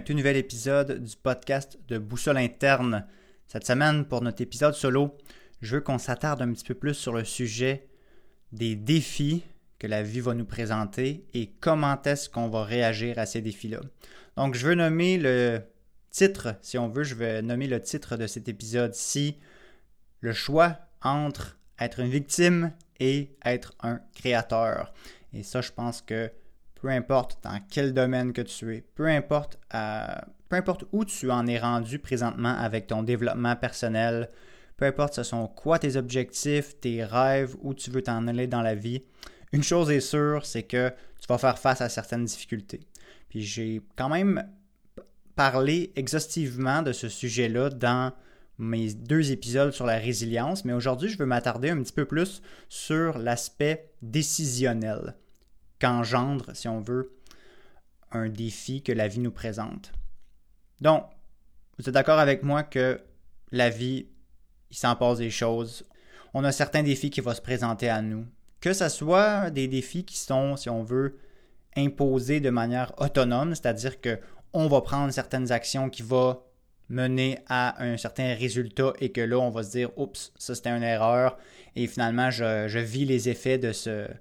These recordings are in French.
tout nouvel épisode du podcast de Boussole Interne. Cette semaine, pour notre épisode solo, je veux qu'on s'attarde un petit peu plus sur le sujet des défis que la vie va nous présenter et comment est-ce qu'on va réagir à ces défis-là. Donc, je veux nommer le titre, si on veut, je vais nommer le titre de cet épisode-ci, le choix entre être une victime et être un créateur. Et ça, je pense que peu importe dans quel domaine que tu es, peu importe où tu en es rendu présentement avec ton développement personnel, peu importe ce sont quoi tes objectifs, tes rêves, où tu veux t'en aller dans la vie, une chose est sûre, c'est que tu vas faire face à certaines difficultés. Puis j'ai quand même parlé exhaustivement de ce sujet-là dans mes 2 épisodes sur la résilience, mais aujourd'hui, je veux m'attarder un petit peu plus sur l'aspect décisionnel qu'engendre, si on veut, un défi que la vie nous présente. Donc, vous êtes d'accord avec moi que la vie, il s'en passe des choses. On a certains défis qui vont se présenter à nous. Que ce soit des défis qui sont, si on veut, imposés de manière autonome, c'est-à-dire qu'on va prendre certaines actions qui vont mener à un certain résultat et que là, on va se dire « Oups, ça c'était une erreur » et finalement, je vis les effets de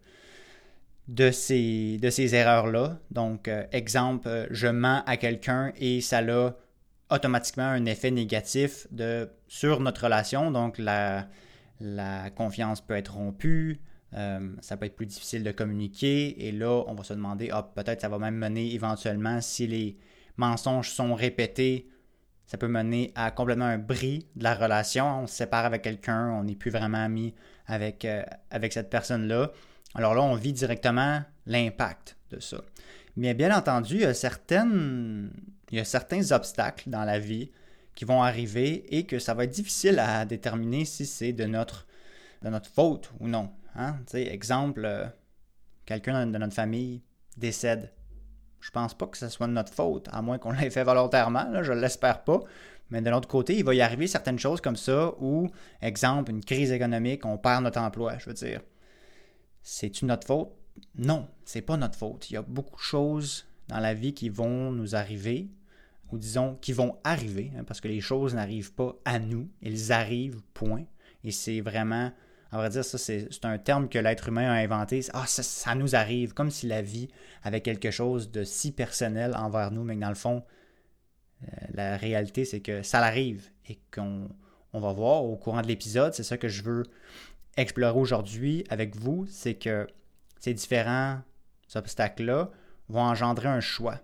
ces erreurs-là. Donc, exemple, je mens à quelqu'un et ça a automatiquement un effet négatif sur notre relation. Donc, la confiance peut être rompue, ça peut être plus difficile de communiquer et là, on va se demander, peut-être ça va même mener éventuellement, si les mensonges sont répétés, ça peut mener à complètement un bris de la relation. On se sépare avec quelqu'un, on n'est plus vraiment amis avec cette personne-là. Alors là, on vit directement l'impact de ça. Mais bien entendu, il y a certains obstacles dans la vie qui vont arriver et que ça va être difficile à déterminer si c'est de notre faute ou non. Hein? Exemple, quelqu'un de notre famille décède. Je pense pas que ce soit de notre faute, à moins qu'on l'ait fait volontairement, là, je ne l'espère pas. Mais de l'autre côté, il va y arriver certaines choses comme ça où, exemple, une crise économique, on perd notre emploi, je veux dire. C'est-tu notre faute? Non, c'est pas notre faute. Il y a beaucoup de choses dans la vie qui vont nous arriver, ou disons, qui vont arriver, hein, parce que les choses n'arrivent pas à nous, elles arrivent, point. Et c'est vraiment, à vrai dire, ça c'est un terme que l'être humain a inventé. Ça nous arrive, comme si la vie avait quelque chose de si personnel envers nous, mais que dans le fond, la réalité, c'est que ça l'arrive et qu'on va voir au courant de l'épisode, c'est ça que je veux explorer aujourd'hui avec vous, c'est que ces différents obstacles-là vont engendrer un choix.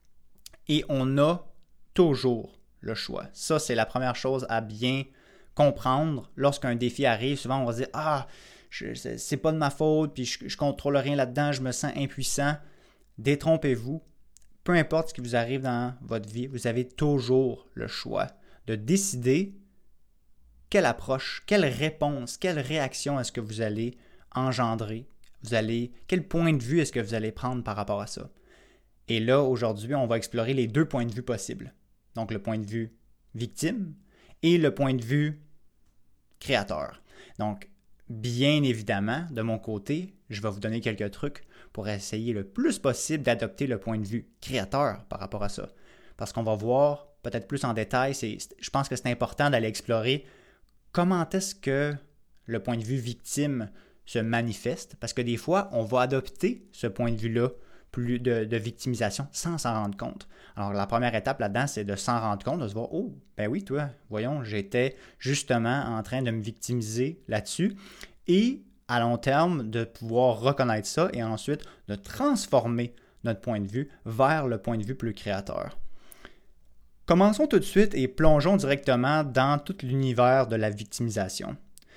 Et on a toujours le choix. Ça, c'est la première chose à bien comprendre. Lorsqu'un défi arrive, souvent on va se dire « c'est pas de ma faute, puis je contrôle rien là-dedans, je me sens impuissant. » Détrompez-vous. Peu importe ce qui vous arrive dans votre vie, vous avez toujours le choix de décider quelle approche, quelle réponse, quelle réaction est-ce que vous allez engendrer? Quel point de vue est-ce que vous allez prendre par rapport à ça? Et là, aujourd'hui, on va explorer les 2 points de vue possibles. Donc, le point de vue victime et le point de vue créateur. Donc, bien évidemment, de mon côté, je vais vous donner quelques trucs pour essayer le plus possible d'adopter le point de vue créateur par rapport à ça. Parce qu'on va voir peut-être plus en détail, je pense que c'est important d'aller explorer comment est-ce que le point de vue victime se manifeste? Parce que des fois, on va adopter ce point de vue-là plus de victimisation sans s'en rendre compte. Alors, la première étape là-dedans, c'est de s'en rendre compte, de se voir « Oh, ben oui, toi, voyons, j'étais justement en train de me victimiser là-dessus. » Et à long terme, de pouvoir reconnaître ça et ensuite de transformer notre point de vue vers le point de vue plus créateur. Commençons tout de suite et plongeons directement dans tout l'univers de la victimisation.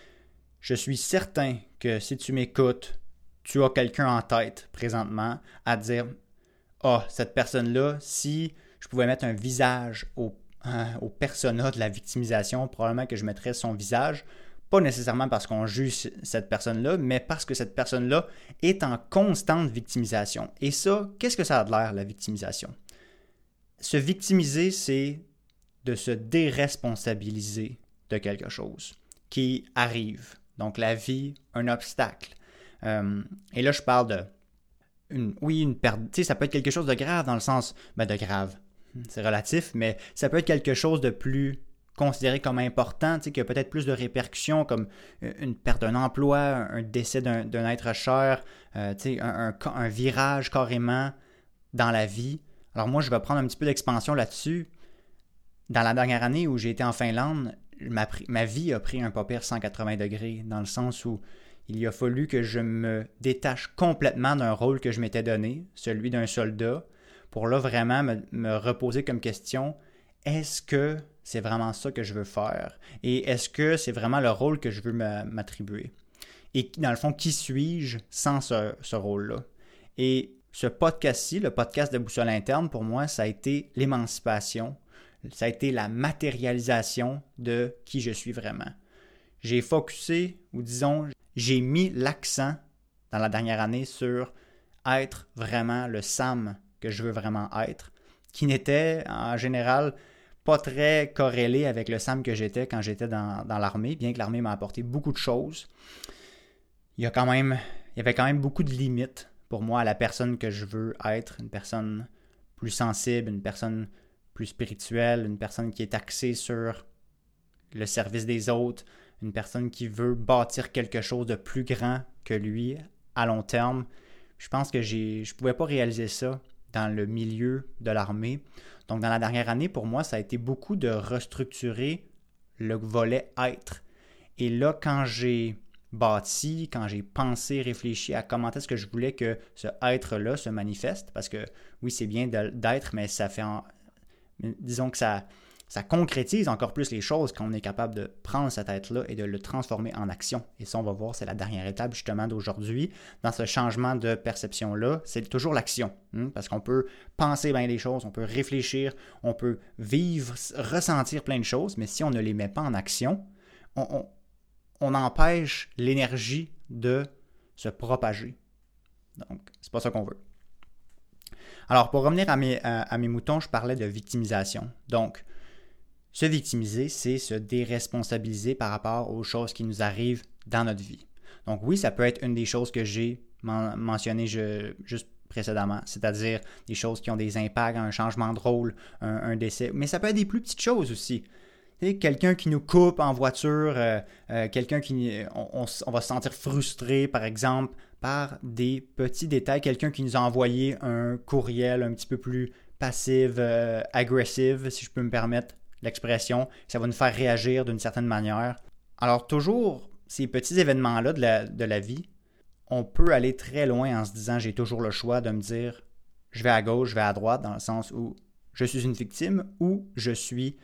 Je suis certain que si tu m'écoutes, tu as quelqu'un en tête présentement à dire « cette personne-là, si je pouvais mettre un visage au persona de la victimisation, probablement que je mettrais son visage, pas nécessairement parce qu'on juge cette personne-là, mais parce que cette personne-là est en constante victimisation. » Et ça, qu'est-ce que ça a de l'air, la victimisation? Se victimiser, c'est de se déresponsabiliser de quelque chose qui arrive. Donc, la vie, un obstacle. Et là, je parle une perte. Tu sais, ça peut être quelque chose de grave dans le sens, de grave. c'est relatif, mais ça peut être quelque chose de plus considéré comme important, qui a peut-être plus de répercussions comme une perte d'un emploi, un décès d'un être cher, un virage carrément dans la vie. Alors moi, je vais prendre un petit peu d'expansion là-dessus. Dans la dernière année où j'ai été en Finlande, ma vie a pris un pas pire 180 degrés, dans le sens où il a fallu que je me détache complètement d'un rôle que je m'étais donné, celui d'un soldat, pour là vraiment me reposer comme question, est-ce que c'est vraiment ça que je veux faire? Et est-ce que c'est vraiment le rôle que je veux m'attribuer? Et dans le fond, qui suis-je sans ce rôle-là? Et ce podcast-ci, le podcast de Boussole Interne, pour moi, ça a été l'émancipation. Ça a été la matérialisation de qui je suis vraiment. J'ai focusé, ou disons, j'ai mis l'accent dans la dernière année sur être vraiment le Sam que je veux vraiment être, qui n'était en général pas très corrélé avec le Sam que j'étais quand j'étais dans l'armée, bien que l'armée m'a apporté beaucoup de choses. Il y avait quand même beaucoup de limites pour moi à la personne que je veux être, une personne plus sensible, une personne plus spirituelle, une personne qui est axée sur le service des autres, une personne qui veut bâtir quelque chose de plus grand que lui à long terme. Je pense que je ne pouvais pas réaliser ça dans le milieu de l'armée. Donc, dans la dernière année, pour moi, ça a été beaucoup de restructurer le volet être. Et là, quand j'ai bâti, quand j'ai pensé, réfléchi à comment est-ce que je voulais que ce être-là se manifeste, parce que oui, c'est bien d'être, mais ça fait disons que ça concrétise encore plus les choses quand on est capable de prendre cet être-là et de le transformer en action. Et ça, on va voir, c'est la dernière étape justement d'aujourd'hui. Dans ce changement de perception-là, c'est toujours l'action. Parce qu'on peut penser bien les choses, on peut réfléchir, on peut vivre, ressentir plein de choses, mais si on ne les met pas en action, on empêche l'énergie de se propager. Donc, c'est pas ça qu'on veut. Alors, pour revenir à mes moutons, je parlais de victimisation. Donc, se victimiser, c'est se déresponsabiliser par rapport aux choses qui nous arrivent dans notre vie. Donc oui, ça peut être une des choses que j'ai mentionnées juste précédemment, c'est-à-dire des choses qui ont des impacts, un changement de rôle, un décès, mais ça peut être des plus petites choses aussi. Quelqu'un qui nous coupe en voiture, quelqu'un on va se sentir frustré, par exemple, par des petits détails. Quelqu'un qui nous a envoyé un courriel un petit peu plus passif, agressif, si je peux me permettre l'expression. Ça va nous faire réagir d'une certaine manière. Alors toujours, ces petits événements-là de la vie, on peut aller très loin en se disant j'ai toujours le choix de me dire je vais à gauche, je vais à droite, dans le sens où je suis une victime ou je suis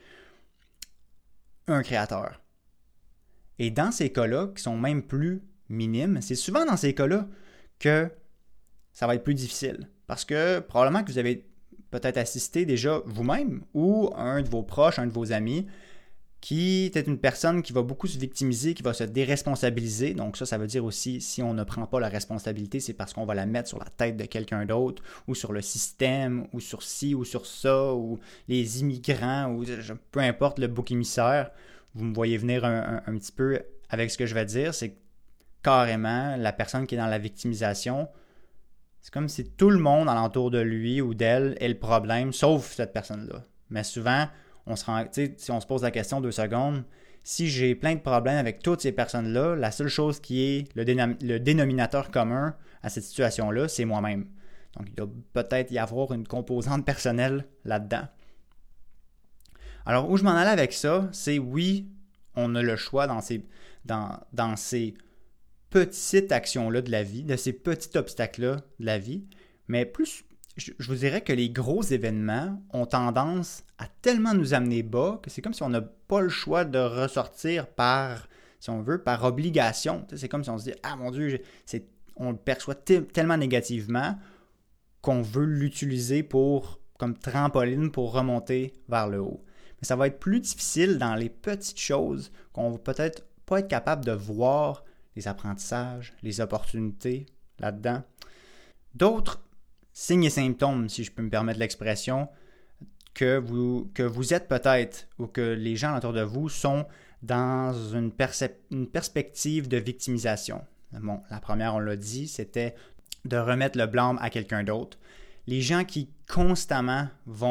un créateur. Et dans ces cas-là, qui sont même plus minimes, c'est souvent dans ces cas-là que ça va être plus difficile. Parce que probablement que vous avez peut-être assisté déjà vous-même ou un de vos proches, un de vos amis, qui est une personne qui va beaucoup se victimiser, qui va se déresponsabiliser. Donc ça veut dire aussi, si on ne prend pas la responsabilité, c'est parce qu'on va la mettre sur la tête de quelqu'un d'autre, ou sur le système, ou sur ci, ou sur ça, ou les immigrants, ou peu importe le bouc émissaire. Vous me voyez venir un petit peu avec ce que je vais dire, c'est carrément la personne qui est dans la victimisation, c'est comme si tout le monde alentour de lui ou d'elle est le problème, sauf cette personne-là. Mais souvent, si on se pose la question 2 secondes, si j'ai plein de problèmes avec toutes ces personnes-là, la seule chose qui est le dénominateur commun à cette situation-là, c'est moi-même. Donc, il doit peut-être y avoir une composante personnelle là-dedans. Alors, où je m'en allais avec ça, c'est oui, on a le choix dans ces petites actions-là de la vie, de ces petits obstacles-là de la vie, mais plus, je vous dirais que les gros événements ont tendance à tellement nous amener bas que c'est comme si on n'a pas le choix de ressortir si on veut, par obligation. C'est comme si on se dit « Ah mon Dieu, on le perçoit tellement négativement qu'on veut l'utiliser comme trampoline pour remonter vers le haut. » Mais ça va être plus difficile dans les petites choses qu'on va peut-être pas être capable de voir les apprentissages, les opportunités là-dedans. D'autres signes et symptômes, si je peux me permettre l'expression, que vous êtes peut-être ou que les gens autour de vous sont dans une perspective de victimisation. Bon, la première, on l'a dit, c'était de remettre le blâme à quelqu'un d'autre. Les gens qui constamment vont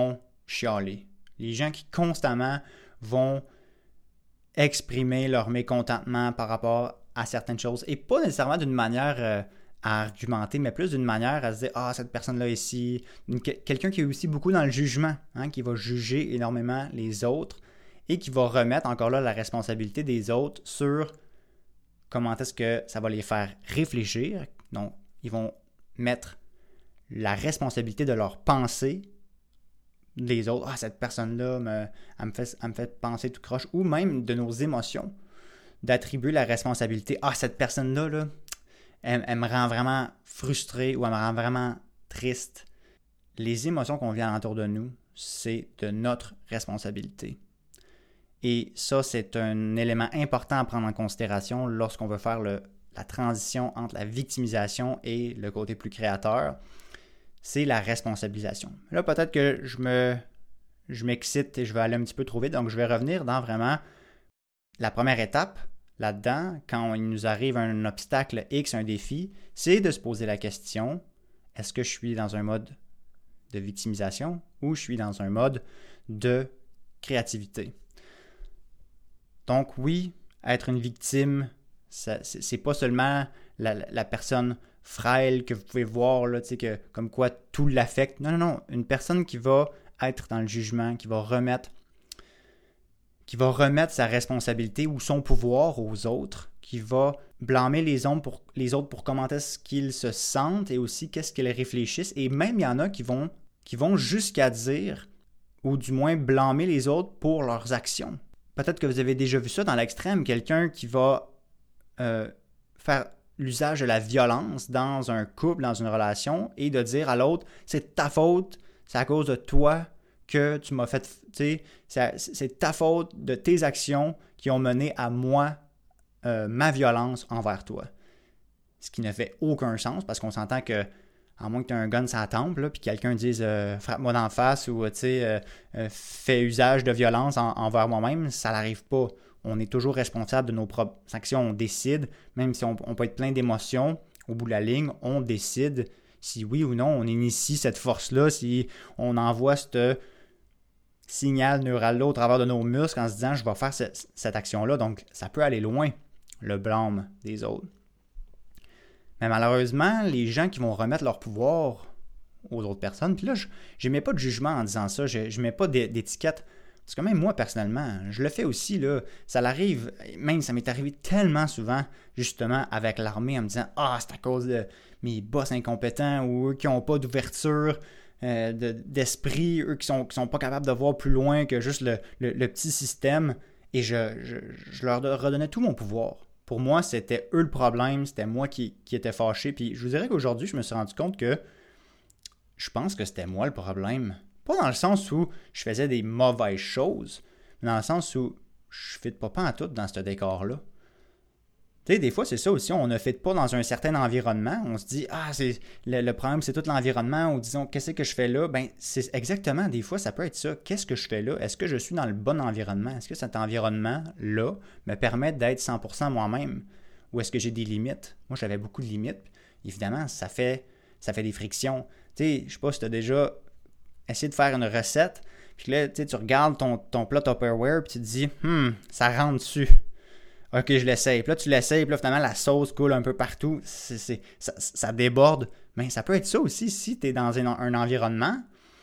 chialer. Les gens qui constamment vont exprimer leur mécontentement par rapport à certaines choses et pas nécessairement d'une manière à argumenter, mais plus d'une manière à se dire « Ah, cette personne-là ici », quelqu'un qui est aussi beaucoup dans le jugement, qui va juger énormément les autres et qui va remettre encore là la responsabilité des autres sur comment est-ce que ça va les faire réfléchir. Donc, ils vont mettre la responsabilité de leur pensée des autres. « Ah, cette personne-là, elle me fait penser tout croche. » Ou même de nos émotions, d'attribuer la responsabilité. « Ah, cette personne-là, là, elle me rend vraiment frustré ou elle me rend vraiment triste. » Les émotions qu'on vit alentour de nous, c'est de notre responsabilité. Et ça, c'est un élément important à prendre en considération lorsqu'on veut faire la transition entre la victimisation et le côté plus créateur. C'est la responsabilisation. Là, peut-être que je m'excite et je vais aller un petit peu trop vite, donc je vais revenir dans vraiment la première étape là-dedans, quand il nous arrive un obstacle X, un défi, c'est de se poser la question, est-ce que je suis dans un mode de victimisation ou je suis dans un mode de créativité? Donc oui, être une victime, c'est pas seulement la personne frêle que vous pouvez voir, là, comme quoi tout l'affecte. Non. Une personne qui va être dans le jugement, qui va remettre sa responsabilité ou son pouvoir aux autres, qui va blâmer les autres pour comment est-ce qu'ils se sentent et aussi qu'est-ce qu'ils réfléchissent. Et même il y en a qui vont jusqu'à dire, ou du moins blâmer les autres pour leurs actions. Peut-être que vous avez déjà vu ça dans l'extrême, quelqu'un qui va faire l'usage de la violence dans un couple, dans une relation, et de dire à l'autre, c'est ta faute, c'est à cause de toi que tu m'as fait, c'est ta faute de tes actions qui ont mené à moi, ma violence envers toi. Ce qui ne fait aucun sens parce qu'on s'entend que, à moins que tu aies un gun sur la tempe, puis quelqu'un dise frappe-moi d'en face ou fais usage de violence envers moi-même, ça n'arrive pas. On est toujours responsable de nos propres actions. On décide, même si on peut être plein d'émotions, au bout de la ligne, on décide si oui ou non on initie cette force-là, si on envoie ce signal neural-là au travers de nos muscles en se disant « je vais faire cette action-là ». Donc, ça peut aller loin, le blâme des autres. Mais malheureusement, les gens qui vont remettre leur pouvoir aux autres personnes, puis là, je ne mets pas de jugement en disant ça, je ne mets pas d'étiquette. Parce que même moi, personnellement, je le fais aussi, là, ça l'arrive, même ça m'est arrivé tellement souvent, justement, avec l'armée, en me disant « Ah, c'est à cause de mes boss incompétents ou eux qui n'ont pas d'ouverture d'esprit, eux qui sont pas capables de voir plus loin que juste le petit système. » Et je leur redonnais tout mon pouvoir. Pour moi, c'était eux le problème, c'était moi qui étais fâché. Puis je vous dirais qu'aujourd'hui, je me suis rendu compte que je pense que c'était moi le problème. Pas dans le sens où je faisais des mauvaises choses, mais dans le sens où je ne fit pas en tout dans ce décor-là. Tu sais, des fois, c'est ça aussi, on ne fit pas dans un certain environnement. On se dit, ah, c'est le problème, c'est tout l'environnement, ou disons, qu'est-ce que je fais là? Ben, c'est exactement, des fois, ça peut être ça. Qu'est-ce que je fais là? Est-ce que je suis dans le bon environnement? Est-ce que cet environnement-là me permet d'être 100% moi-même? Ou est-ce que j'ai des limites? Moi, j'avais beaucoup de limites. Évidemment, ça fait des frictions. Tu sais, je ne sais pas si tu as déjà essayé de faire une recette, puis là, tu regardes ton plat Tupperware, puis tu te dis, ça rentre dessus. OK, je l'essaye. Puis là, tu l'essayes, puis là, finalement, la sauce coule un peu partout. Ça déborde. Mais ça peut être ça aussi si tu es dans un environnement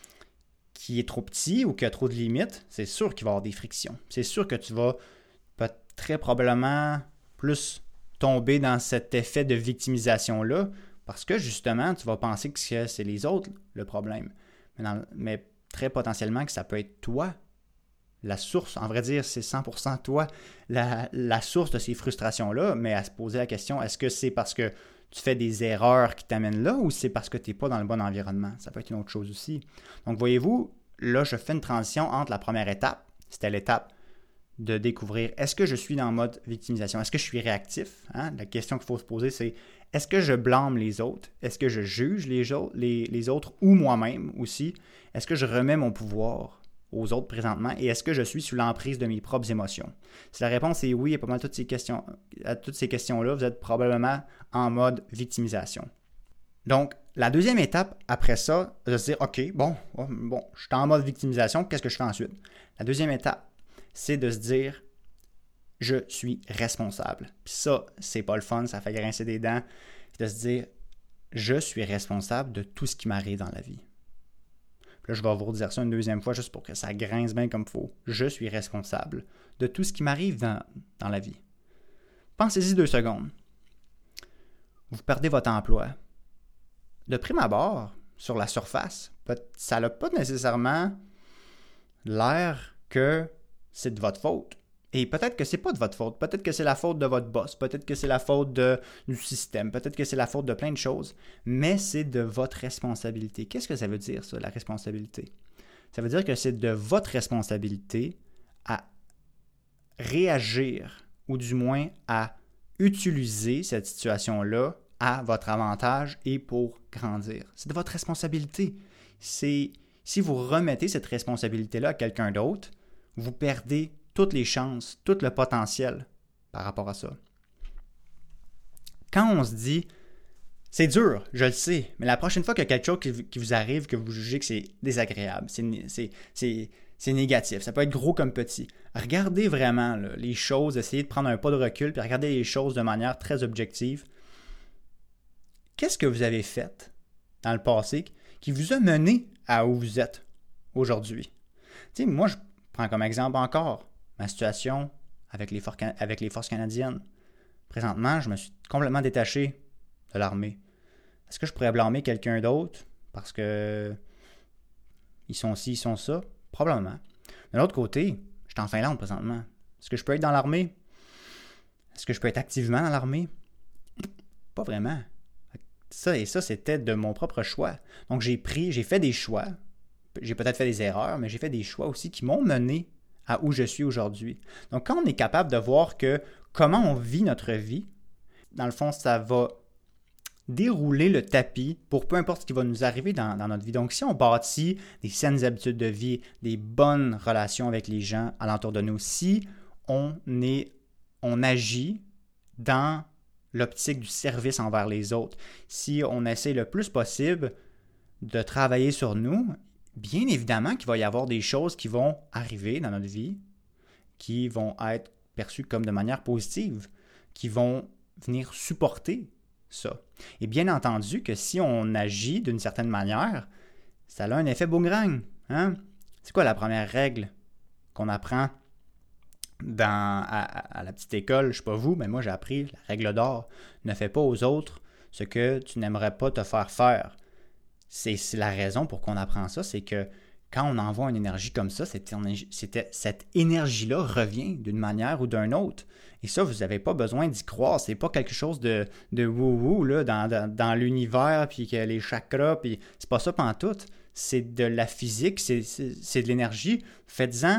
qui est trop petit ou qui a trop de limites. C'est sûr qu'il va y avoir des frictions. C'est sûr que tu vas très probablement plus tomber dans cet effet de victimisation-là parce que, justement, tu vas penser que c'est les autres le problème. Mais très potentiellement que ça peut être toi. La source, en vrai dire, c'est 100% toi, la source de ces frustrations-là, mais à se poser la question, est-ce que c'est parce que tu fais des erreurs qui t'amènent là ou c'est parce que tu n'es pas dans le bon environnement? Ça peut être une autre chose aussi. Donc, voyez-vous, là, je fais une transition entre la première étape, c'était l'étape de découvrir, est-ce que je suis dans le mode victimisation? Est-ce que je suis réactif? La question qu'il faut se poser, c'est, est-ce que je blâme les autres? Est-ce que je juge les autres ou moi-même aussi? Est-ce que je remets mon pouvoir aux autres présentement et est-ce que je suis sous l'emprise de mes propres émotions? Si la réponse est oui, à pas mal toutes ces questions-là, vous êtes probablement en mode victimisation. Donc, la deuxième étape après ça, c'est de se dire, OK, bon, je suis en mode victimisation, qu'est-ce que je fais ensuite? La deuxième étape, c'est de se dire, je suis responsable. Puis ça, c'est pas le fun, ça fait grincer des dents. De se dire, je suis responsable de tout ce qui m'arrive dans la vie. Puis là, je vais vous redire ça une deuxième fois juste pour que ça grince bien comme il faut. Je suis responsable de tout ce qui m'arrive dans la vie. Pensez-y 2 secondes. Vous perdez votre emploi. De prime abord, sur la surface, ça n'a pas nécessairement l'air que c'est de votre faute. Et peut-être que c'est pas de votre faute. Peut-être que c'est la faute de votre boss. Peut-être que c'est la faute du système. Peut-être que c'est la faute de plein de choses. Mais c'est de votre responsabilité. Qu'est-ce que ça veut dire, ça, la responsabilité? Ça veut dire que c'est de votre responsabilité à réagir, ou du moins à utiliser cette situation-là à votre avantage et pour grandir. C'est de votre responsabilité. Si vous remettez cette responsabilité-là à quelqu'un d'autre, vous perdez toutes les chances, tout le potentiel par rapport à ça. Quand on se dit, c'est dur, je le sais, mais la prochaine fois qu'il y a quelque chose qui vous arrive, que vous jugez que c'est désagréable, c'est négatif, ça peut être gros comme petit, regardez vraiment là, les choses, essayez de prendre un pas de recul, puis regardez les choses de manière très objective. Qu'est-ce que vous avez fait dans le passé qui vous a mené à où vous êtes aujourd'hui? Tu sais, moi, je prends comme exemple encore ma situation avec les forces canadiennes. Présentement, je me suis complètement détaché de l'armée. Est-ce que je pourrais blâmer quelqu'un d'autre parce que ils sont ci, ils sont ça? Probablement. De l'autre côté, je suis en Finlande présentement. Est-ce que je peux être dans l'armée? Est-ce que je peux être activement dans l'armée? Pas vraiment. Ça, c'était de mon propre choix. Donc, j'ai fait des choix. J'ai peut-être fait des erreurs, mais j'ai fait des choix aussi qui m'ont mené à où je suis aujourd'hui. Donc, quand on est capable de voir que comment on vit notre vie, dans le fond, ça va dérouler le tapis pour peu importe ce qui va nous arriver dans notre vie. Donc, si on bâtit des saines habitudes de vie, des bonnes relations avec les gens alentour de nous, si on agit dans l'optique du service envers les autres, si on essaie le plus possible de travailler sur nous, bien évidemment qu'il va y avoir des choses qui vont arriver dans notre vie qui vont être perçues comme de manière positive, qui vont venir supporter ça. Et bien entendu que si on agit d'une certaine manière, ça a un effet boomerang. Hein? C'est quoi la première règle qu'on apprend à la petite école? Je ne sais pas vous, mais moi j'ai appris la règle d'or. Ne fais pas aux autres ce que tu n'aimerais pas te faire faire. C'est la raison pour qu'on apprend ça, c'est que quand on envoie une énergie comme ça, cette énergie-là revient d'une manière ou d'une autre. Et ça, vous n'avez pas besoin d'y croire. C'est pas quelque chose de wou-wou là, dans l'univers, puis que les chakras, puis c'est pas ça pantoute. C'est de la physique, c'est de l'énergie. Faites-en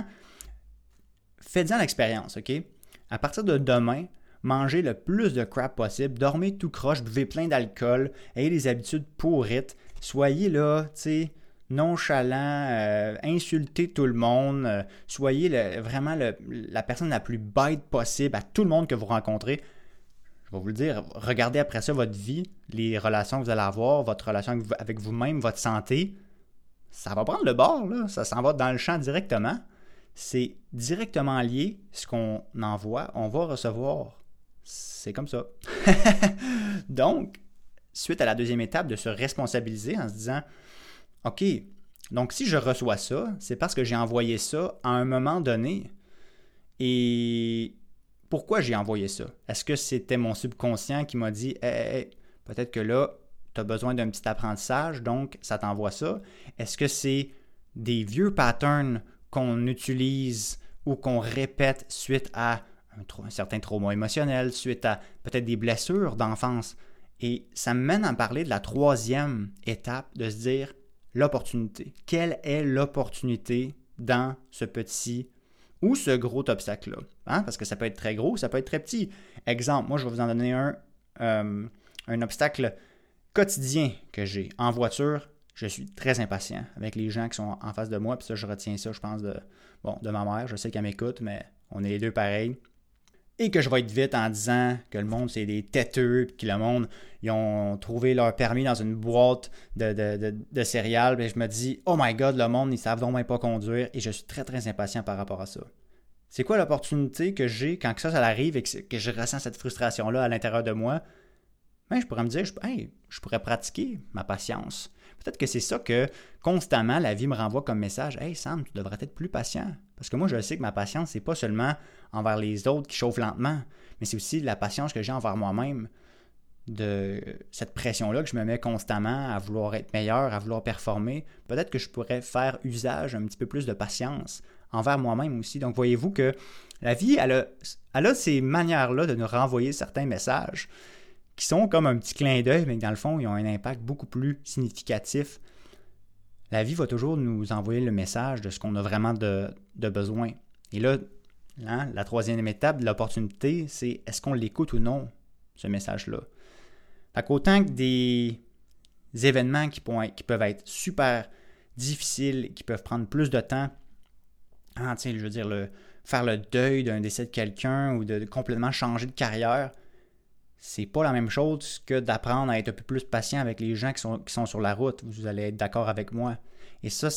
l'expérience, OK? À partir de demain, mangez le plus de crap possible, dormez tout croche, buvez plein d'alcool, ayez des habitudes pourrites, soyez là, tu sais, nonchalant, insultez tout le monde, soyez vraiment la personne la plus bête possible à tout le monde que vous rencontrez. Je vais vous le dire, regardez après ça votre vie, les relations que vous allez avoir, votre relation avec vous-même, votre santé, ça va prendre le bord, là, ça s'en va dans le champ directement. C'est directement lié, ce qu'on envoie, on va recevoir. C'est comme ça. Donc, suite à la deuxième étape de se responsabiliser en se disant, OK, donc si je reçois ça, c'est parce que j'ai envoyé ça à un moment donné. Et pourquoi j'ai envoyé ça? Est-ce que c'était mon subconscient qui m'a dit, hey, peut-être que là, tu as besoin d'un petit apprentissage, donc ça t'envoie ça? Est-ce que c'est des vieux patterns qu'on utilise ou qu'on répète suite à un certain trauma émotionnel, suite à peut-être des blessures d'enfance? Et ça me mène à parler de la troisième étape, de se dire l'opportunité. Quelle est l'opportunité dans ce petit ou ce gros obstacle-là? Hein? Parce que ça peut être très gros, ça peut être très petit. Exemple, moi je vais vous en donner un obstacle quotidien que j'ai. En voiture, je suis très impatient avec les gens qui sont en face de moi, puis ça, je retiens ça, je pense, de ma mère. Je sais qu'elle m'écoute, mais on est les deux pareils. et que je vais être vite en disant que le monde, c'est des têteux, puis que le monde, ils ont trouvé leur permis dans une boîte de céréales, puis je me dis, oh my God, le monde, ils savent donc même pas conduire, et je suis très, très impatient par rapport à ça. C'est quoi l'opportunité que j'ai quand ça arrive et que je ressens cette frustration-là à l'intérieur de moi? Ben, je pourrais me dire, je pourrais pratiquer ma patience. Peut-être que c'est ça que constamment la vie me renvoie comme message. Hey Sam, tu devrais être plus patient. Parce que moi, je sais que ma patience, c'est pas seulement envers les autres qui chauffent lentement, mais c'est aussi la patience que j'ai envers moi-même, de cette pression-là que je me mets constamment à vouloir être meilleur, à vouloir performer. Peut-être que je pourrais faire usage un petit peu plus de patience envers moi-même aussi. Donc, voyez-vous que la vie, elle a ces manières-là de nous renvoyer certains messages qui sont comme un petit clin d'œil, mais que dans le fond, ils ont un impact beaucoup plus significatif. La vie va toujours nous envoyer le message de ce qu'on a vraiment de besoin. Et là, la troisième étape de l'opportunité, c'est est-ce qu'on l'écoute ou non, ce message-là. Fait qu'autant que des événements qui peuvent être super difficiles, qui peuvent prendre plus de temps, je veux dire, faire le deuil d'un décès de quelqu'un ou de complètement changer de carrière, c'est pas la même chose que d'apprendre à être un peu plus patient avec les gens qui sont sur la route. Vous allez être d'accord avec moi. Et ça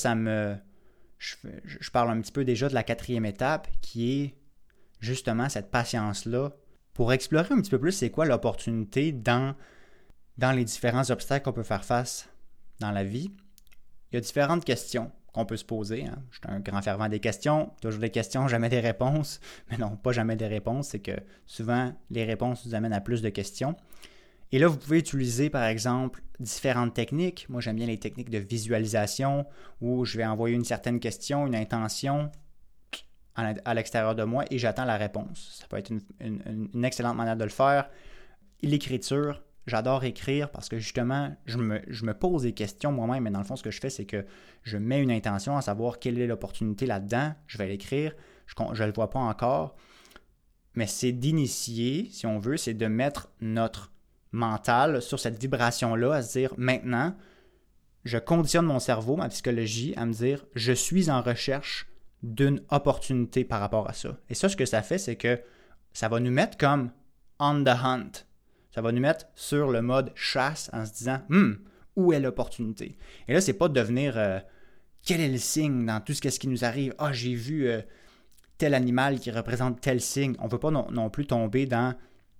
je parle un petit peu déjà de la quatrième étape, qui est justement cette patience-là, pour explorer un petit peu plus c'est quoi l'opportunité dans les différents obstacles qu'on peut faire face dans la vie. Il y a différentes questions qu'on peut se poser. Je suis un grand fervent des questions, toujours des questions, jamais des réponses. Mais non, pas jamais des réponses, c'est que souvent, les réponses nous amènent à plus de questions. Et là, vous pouvez utiliser, par exemple, différentes techniques. Moi, j'aime bien les techniques de visualisation, où je vais envoyer une certaine question, une intention à l'extérieur de moi et j'attends la réponse. Ça peut être une excellente manière de le faire. L'écriture, j'adore écrire parce que justement, je me pose des questions moi-même, mais dans le fond, ce que je fais, c'est que je mets une intention à savoir quelle est l'opportunité là-dedans. Je vais l'écrire, je ne le vois pas encore, mais c'est d'initier, si on veut, c'est de mettre notre mental sur cette vibration-là, à se dire maintenant, je conditionne mon cerveau, ma psychologie, à me dire je suis en recherche d'une opportunité par rapport à ça. Et ça, ce que ça fait, c'est que ça va nous mettre comme on the hunt. Ça va nous mettre sur le mode chasse en se disant où est l'opportunité? Et là, c'est pas de devenir quel est le signe dans tout ce qui nous arrive? Ah, j'ai vu tel animal qui représente tel signe. On ne veut pas non plus tomber dans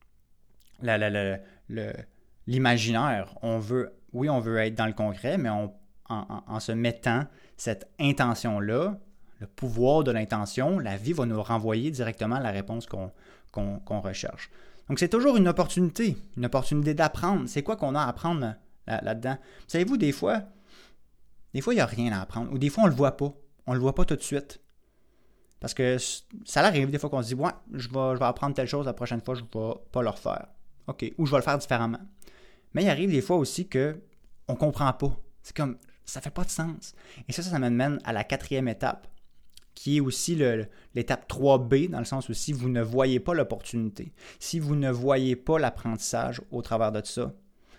l'imaginaire. On veut être dans le concret, mais en se mettant cette intention-là, le pouvoir de l'intention, la vie va nous renvoyer directement la réponse qu'on recherche. Donc, c'est toujours une opportunité d'apprendre. C'est quoi qu'on a à apprendre là-dedans? Savez-vous, des fois, il n'y a rien à apprendre. Ou des fois, on ne le voit pas. On ne le voit pas tout de suite. Parce que ça arrive des fois qu'on se dit « Ouais, je vais apprendre telle chose, la prochaine fois, je ne vais pas le refaire. » OK. Ou je vais le faire différemment. Mais il arrive des fois aussi qu'on ne comprend pas. C'est comme, ça ne fait pas de sens. Et ça m'amène à la quatrième étape, qui est aussi l'étape 3B, dans le sens où si vous ne voyez pas l'opportunité, si vous ne voyez pas l'apprentissage au travers de ça,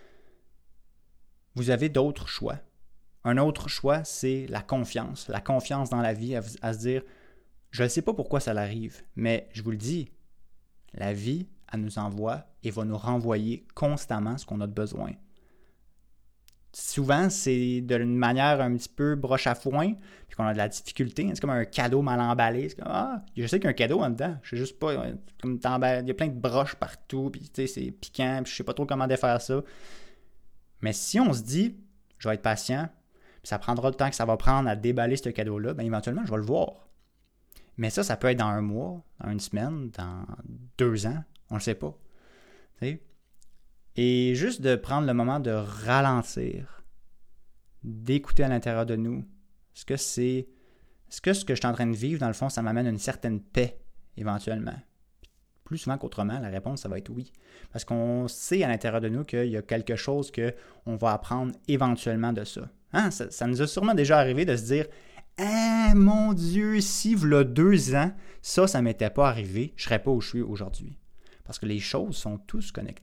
vous avez d'autres choix. Un autre choix, c'est la confiance dans la vie, à se dire, je ne sais pas pourquoi ça arrive, mais je vous le dis, la vie, elle nous envoie et va nous renvoyer constamment ce qu'on a de besoin. Souvent, c'est d'une manière un petit peu broche à foin, puis qu'on a de la difficulté. C'est comme un cadeau mal emballé. C'est comme, je sais qu'il y a un cadeau en dedans. Je sais juste pas. Comme il y a plein de broches partout, puis c'est piquant, puis je sais pas trop comment défaire ça. Mais si on se dit, je vais être patient, puis ça prendra le temps que ça va prendre à déballer ce cadeau-là, bien éventuellement, je vais le voir. Mais ça peut être dans 1 mois, dans 1 semaine, dans 2 ans. On le sait pas. T'sais? Et juste de prendre le moment de ralentir, d'écouter à l'intérieur de nous. Est-ce que ce que je suis en train de vivre, dans le fond, ça m'amène une certaine paix, éventuellement? Plus souvent qu'autrement, la réponse, ça va être oui. Parce qu'on sait à l'intérieur de nous qu'il y a quelque chose qu'on va apprendre éventuellement de ça. Ça nous a sûrement déjà arrivé de se dire « Ah, mon Dieu, si v'là 2 ans, ça m'était pas arrivé, je serais pas où je suis aujourd'hui. » Parce que les choses sont tous connectées.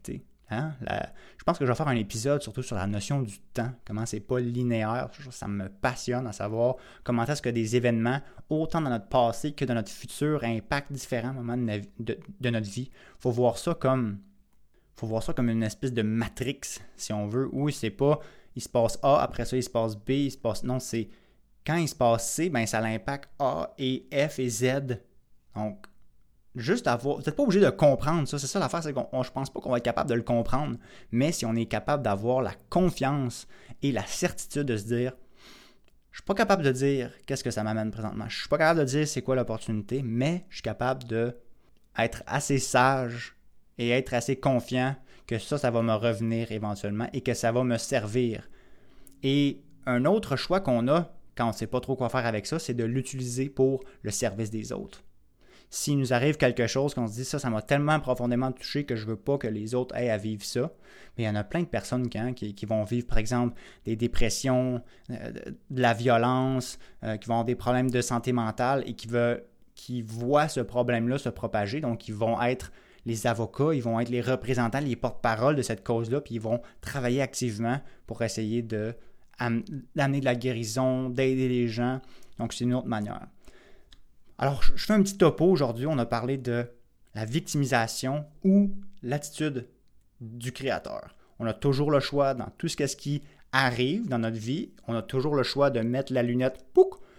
Je pense que je vais faire un épisode surtout sur la notion du temps, comment c'est pas linéaire. Ça me passionne à savoir comment est-ce que des événements, autant dans notre passé que dans notre futur, impactent différents moments de notre vie. Faut voir ça comme une espèce de matrix, si on veut, où c'est pas il se passe A, après ça il se passe B, il se passe... Non, c'est quand il se passe C, ben ça l'impacte A et F et Z. Donc, juste avoir... Vous n'êtes pas obligé de comprendre ça. C'est ça l'affaire, c'est que je pense pas qu'on va être capable de le comprendre. Mais si on est capable d'avoir la confiance et la certitude de se dire je suis pas capable de dire qu'est-ce que ça m'amène présentement. Je suis pas capable de dire c'est quoi l'opportunité, mais je suis capable d'être assez sage et être assez confiant que ça va me revenir éventuellement et que ça va me servir. Et un autre choix qu'on a quand on ne sait pas trop quoi faire avec ça, c'est de l'utiliser pour le service des autres. S'il nous arrive quelque chose qu'on se dit ça m'a tellement profondément touché que je ne veux pas que les autres aient à vivre ça, mais il y en a plein de personnes qui vont vivre, par exemple, des dépressions, de la violence, qui vont avoir des problèmes de santé mentale et qui voient ce problème-là se propager. Donc, ils vont être les avocats, ils vont être les représentants, les porte-parole de cette cause-là, puis ils vont travailler activement pour essayer d'amener de la guérison, d'aider les gens. Donc, c'est une autre manière. Alors, je fais un petit topo aujourd'hui. On a parlé de la victimisation ou l'attitude du créateur. On a toujours le choix dans tout ce qui arrive dans notre vie. On a toujours le choix de mettre la lunette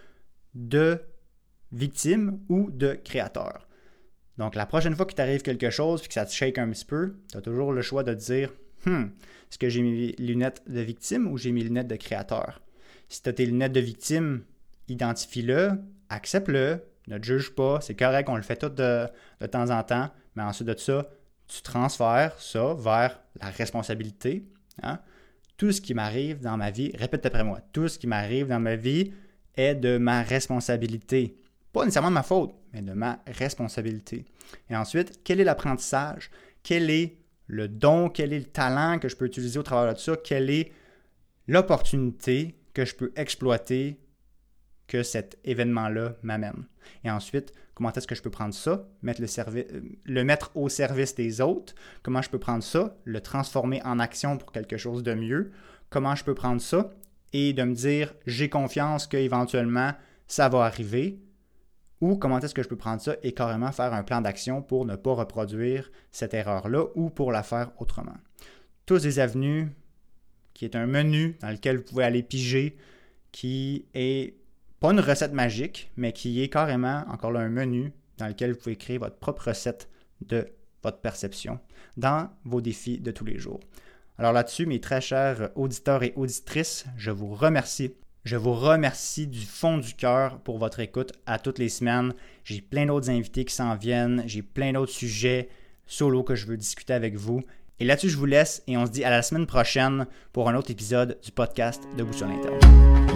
de victime ou de créateur. Donc, la prochaine fois qu'il t'arrive quelque chose et que ça te shake un petit peu, tu as toujours le choix de te dire est-ce que j'ai mis lunettes de victime ou j'ai mis lunettes de créateur? Si tu as tes lunettes de victime, identifie-le, accepte-le, ne te juge pas, c'est correct, on le fait tout de temps en temps, mais ensuite de ça, tu transfères ça vers la responsabilité. Tout ce qui m'arrive dans ma vie, répète après moi, tout ce qui m'arrive dans ma vie est de ma responsabilité. Pas nécessairement de ma faute, mais de ma responsabilité. Et ensuite, quel est l'apprentissage? Quel est le don? Quel est le talent que je peux utiliser au travers de ça? Quelle est l'opportunité que je peux exploiter que cet événement-là m'amène? Et ensuite, comment est-ce que je peux prendre ça, le mettre au service des autres? Comment je peux prendre ça, le transformer en action pour quelque chose de mieux? Comment je peux prendre ça et de me dire, j'ai confiance qu'éventuellement, ça va arriver? Ou comment est-ce que je peux prendre ça et carrément faire un plan d'action pour ne pas reproduire cette erreur-là ou pour la faire autrement? Tous des avenues qui est un menu dans lequel vous pouvez aller piger, qui est pas une recette magique, mais qui est carrément, encore là, un menu dans lequel vous pouvez créer votre propre recette de votre perception dans vos défis de tous les jours. Alors là-dessus, mes très chers auditeurs et auditrices, je vous remercie. Je vous remercie du fond du cœur pour votre écoute à toutes les semaines. J'ai plein d'autres invités qui s'en viennent. J'ai plein d'autres sujets solo que je veux discuter avec vous. Et là-dessus, je vous laisse et on se dit à la semaine prochaine pour un autre épisode du podcast Debout sur l'Interne.